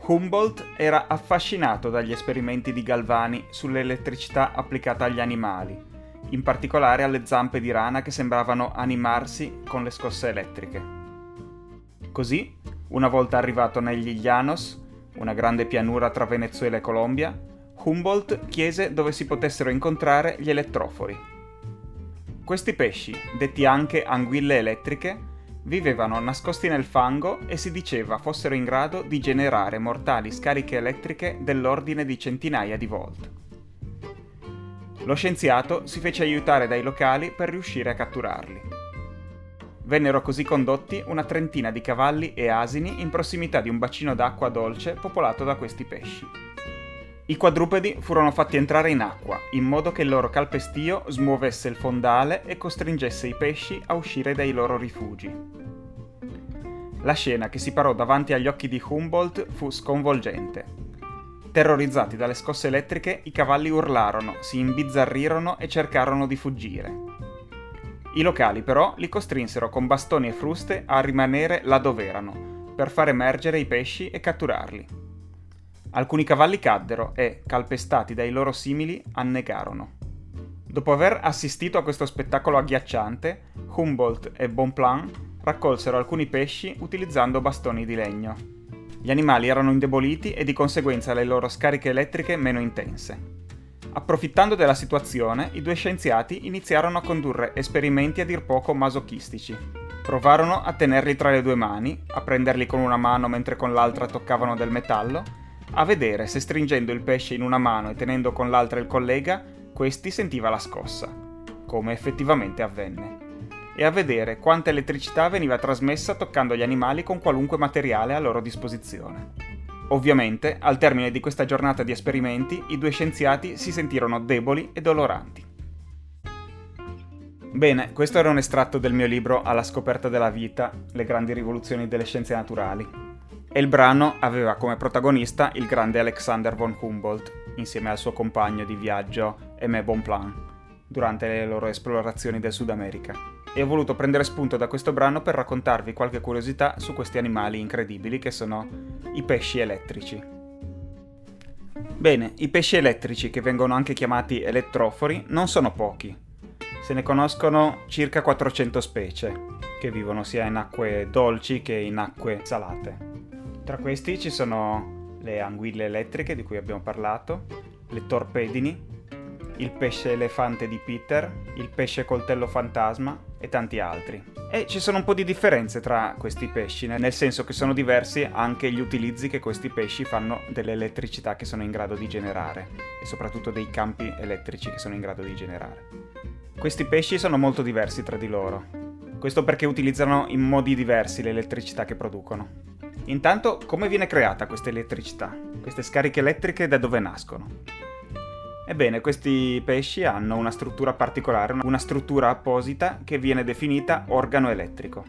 Humboldt era affascinato dagli esperimenti di Galvani sull'elettricità applicata agli animali, in particolare alle zampe di rana che sembravano animarsi con le scosse elettriche. Così, una volta arrivato negli Llanos, una grande pianura tra Venezuela e Colombia, Humboldt chiese dove si potessero incontrare gli elettrofori. Questi pesci, detti anche anguille elettriche, vivevano nascosti nel fango e si diceva fossero in grado di generare mortali scariche elettriche dell'ordine di centinaia di volt. Lo scienziato si fece aiutare dai locali per riuscire a catturarli. Vennero così condotti una trentina di cavalli e asini in prossimità di un bacino d'acqua dolce popolato da questi pesci. I quadrupedi furono fatti entrare in acqua, in modo che il loro calpestio smuovesse il fondale e costringesse i pesci a uscire dai loro rifugi. La scena che si parò davanti agli occhi di Humboldt fu sconvolgente. Terrorizzati dalle scosse elettriche, i cavalli urlarono, si imbizzarrirono e cercarono di fuggire. I locali però li costrinsero con bastoni e fruste a rimanere là dove erano, per far emergere i pesci e catturarli. Alcuni cavalli caddero e, calpestati dai loro simili, annegarono. Dopo aver assistito a questo spettacolo agghiacciante, Humboldt e Bonpland raccolsero alcuni pesci utilizzando bastoni di legno. Gli animali erano indeboliti e di conseguenza le loro scariche elettriche meno intense. Approfittando della situazione, i due scienziati iniziarono a condurre esperimenti a dir poco masochistici. Provarono a tenerli tra le due mani, a prenderli con una mano mentre con l'altra toccavano del metallo, a vedere se stringendo il pesce in una mano e tenendo con l'altra il collega, questi sentiva la scossa, come effettivamente avvenne, e a vedere quanta elettricità veniva trasmessa toccando gli animali con qualunque materiale a loro disposizione. Ovviamente, al termine di questa giornata di esperimenti, i due scienziati si sentirono deboli e doloranti. Bene, questo era un estratto del mio libro Alla scoperta della vita, le grandi rivoluzioni delle scienze naturali. E il brano aveva come protagonista il grande Alexander von Humboldt, insieme al suo compagno di viaggio Aimé Bonpland, durante le loro esplorazioni del Sud America. E ho voluto prendere spunto da questo brano per raccontarvi qualche curiosità su questi animali incredibili che sono i pesci elettrici. Bene, i pesci elettrici, che vengono anche chiamati elettrofori, non sono pochi. Se ne conoscono circa 400 specie, che vivono sia in acque dolci che in acque salate. Tra questi ci sono le anguille elettriche di cui abbiamo parlato, le torpedini, il pesce elefante di Peter, il pesce coltello fantasma e tanti altri. E ci sono un po' di differenze tra questi pesci, nel senso che sono diversi anche gli utilizzi che questi pesci fanno dell'elettricità che sono in grado di generare, e soprattutto dei campi elettrici che sono in grado di generare. Questi pesci sono molto diversi tra di loro. Questo perché utilizzano in modi diversi l'elettricità che producono. Intanto, come viene creata questa elettricità? Queste scariche elettriche da dove nascono? Ebbene, questi pesci hanno una struttura particolare, una struttura apposita che viene definita organo elettrico.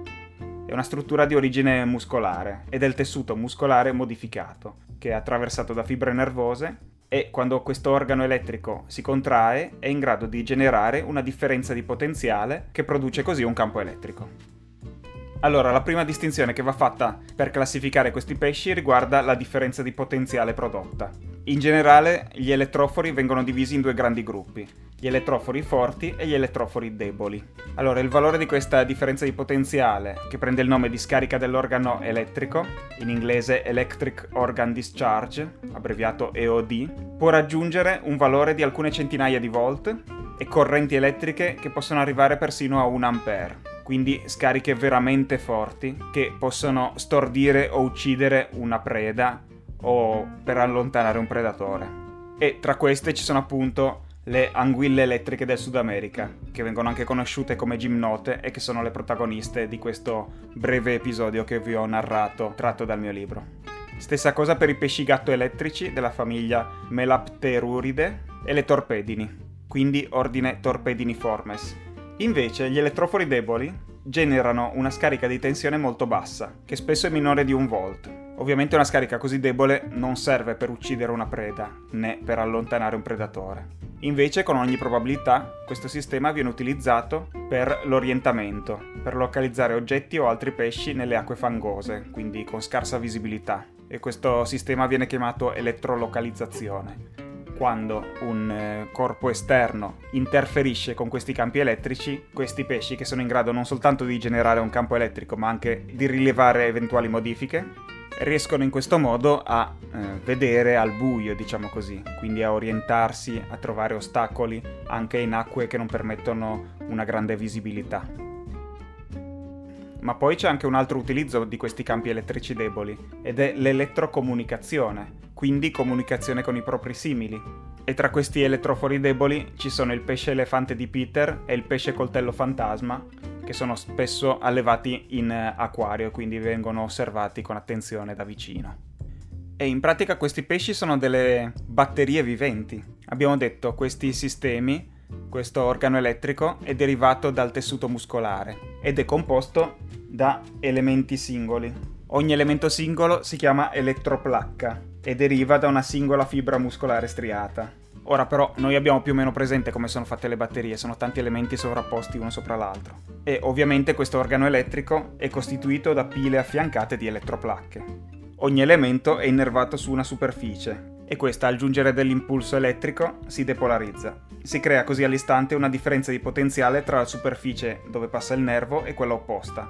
È una struttura di origine muscolare e del tessuto muscolare modificato, che è attraversato da fibre nervose e, quando questo organo elettrico si contrae, è in grado di generare una differenza di potenziale che produce così un campo elettrico. Allora, la prima distinzione che va fatta per classificare questi pesci riguarda la differenza di potenziale prodotta. In generale, gli elettrofori vengono divisi in due grandi gruppi, gli elettrofori forti e gli elettrofori deboli. Allora, il valore di questa differenza di potenziale, che prende il nome di scarica dell'organo elettrico, in inglese Electric Organ Discharge, abbreviato EOD, può raggiungere un valore di alcune centinaia di volt e correnti elettriche che possono arrivare persino a 1 ampere. Quindi scariche veramente forti che possono stordire o uccidere una preda o per allontanare un predatore. E tra queste ci sono appunto le anguille elettriche del Sud America, che vengono anche conosciute come gimnote e che sono le protagoniste di questo breve episodio che vi ho narrato tratto dal mio libro. Stessa cosa per i pesci gatto elettrici della famiglia Melapteruridae e le torpedini, quindi ordine Torpediniformes. Invece gli elettrofori deboli generano una scarica di tensione molto bassa, che spesso è minore di 1 volt. Ovviamente una scarica così debole non serve per uccidere una preda, né per allontanare un predatore. Invece, con ogni probabilità, questo sistema viene utilizzato per l'orientamento, per localizzare oggetti o altri pesci nelle acque fangose, quindi con scarsa visibilità. e questo sistema viene chiamato elettrolocalizzazione. Quando un corpo esterno interferisce con questi campi elettrici, questi pesci, che sono in grado non soltanto di generare un campo elettrico ma anche di rilevare eventuali modifiche, riescono in questo modo a vedere al buio, diciamo così, quindi a orientarsi, a trovare ostacoli anche in acque che non permettono una grande visibilità. Ma poi c'è anche un altro utilizzo di questi campi elettrici deboli, ed è l'elettrocomunicazione, quindi comunicazione con i propri simili. E tra questi elettrofori deboli ci sono il pesce elefante di Peter e il pesce coltello fantasma, che sono spesso allevati in acquario, quindi vengono osservati con attenzione da vicino. E in pratica questi pesci sono delle batterie viventi. Abbiamo detto, questi sistemi, questo organo elettrico è derivato dal tessuto muscolare ed è composto da elementi singoli. Ogni elemento singolo si chiama elettroplacca e deriva da una singola fibra muscolare striata. Ora però noi abbiamo più o meno presente come sono fatte le batterie, sono tanti elementi sovrapposti uno sopra l'altro. E ovviamente questo organo elettrico è costituito da pile affiancate di elettroplacche. Ogni elemento è innervato su una superficie e questa, al giungere dell'impulso elettrico, si depolarizza. Si crea così all'istante una differenza di potenziale tra la superficie dove passa il nervo e quella opposta.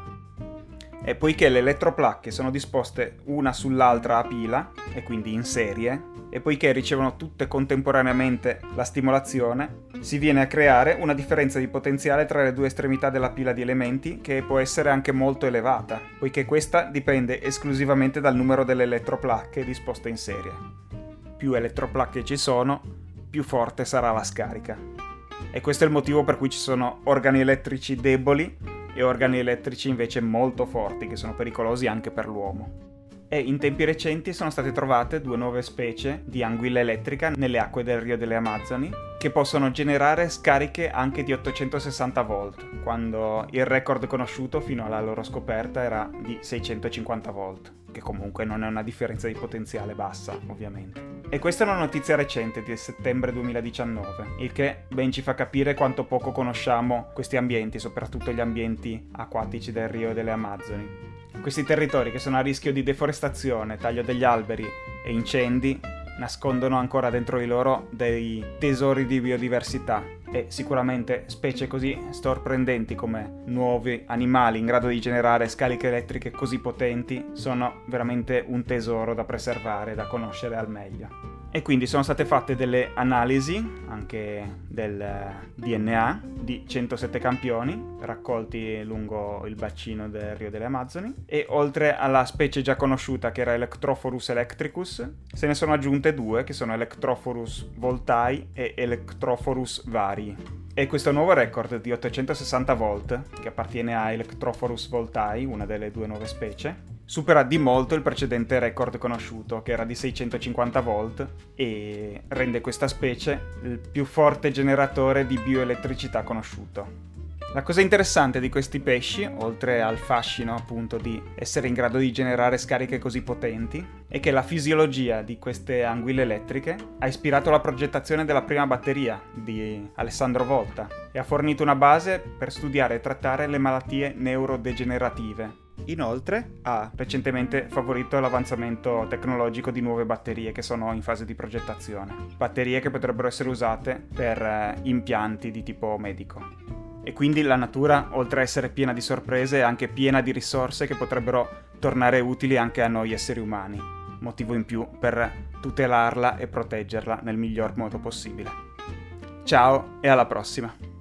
E poiché le elettroplacche sono disposte una sull'altra a pila, e quindi in serie, e poiché ricevono tutte contemporaneamente la stimolazione, si viene a creare una differenza di potenziale tra le due estremità della pila di elementi che può essere anche molto elevata, poiché questa dipende esclusivamente dal numero delle elettroplacche disposte in serie. Più elettroplacche ci sono, più forte sarà la scarica. E questo è il motivo per cui ci sono organi elettrici deboli e organi elettrici invece molto forti, che sono pericolosi anche per l'uomo. E in tempi recenti sono state trovate 2 nuove specie di anguilla elettrica nelle acque del Rio delle Amazzoni che possono generare scariche anche di 860 volt, quando il record conosciuto fino alla loro scoperta era di 650 volt, che comunque non è una differenza di potenziale bassa, ovviamente. E questa è una notizia recente di settembre 2019, il che ben ci fa capire quanto poco conosciamo questi ambienti, soprattutto gli ambienti acquatici del Rio delle Amazzoni. Questi territori, che sono a rischio di deforestazione, taglio degli alberi e incendi, nascondono ancora dentro di loro dei tesori di biodiversità e sicuramente specie così sorprendenti come nuovi animali in grado di generare scariche elettriche così potenti sono veramente un tesoro da preservare, da conoscere al meglio. E quindi sono state fatte delle analisi anche del DNA di 107 campioni raccolti lungo il bacino del Rio delle Amazzoni e oltre alla specie già conosciuta che era Electrophorus electricus se ne sono aggiunte 2 che sono Electrophorus voltai e Electrophorus varii. E questo nuovo record di 860 volt, che appartiene a Electrophorus voltai, una delle 2 nuove specie, supera di molto il precedente record conosciuto, che era di 650 volt, e rende questa specie il più forte generatore di bioelettricità conosciuto. La cosa interessante di questi pesci, oltre al fascino appunto di essere in grado di generare scariche così potenti, è che la fisiologia di queste anguille elettriche ha ispirato la progettazione della prima batteria di Alessandro Volta e ha fornito una base per studiare e trattare le malattie neurodegenerative. Inoltre ha recentemente favorito l'avanzamento tecnologico di nuove batterie che sono in fase di progettazione, batterie che potrebbero essere usate per impianti di tipo medico. E quindi la natura, oltre a essere piena di sorprese, è anche piena di risorse che potrebbero tornare utili anche a noi esseri umani, motivo in più per tutelarla e proteggerla nel miglior modo possibile. Ciao e alla prossima!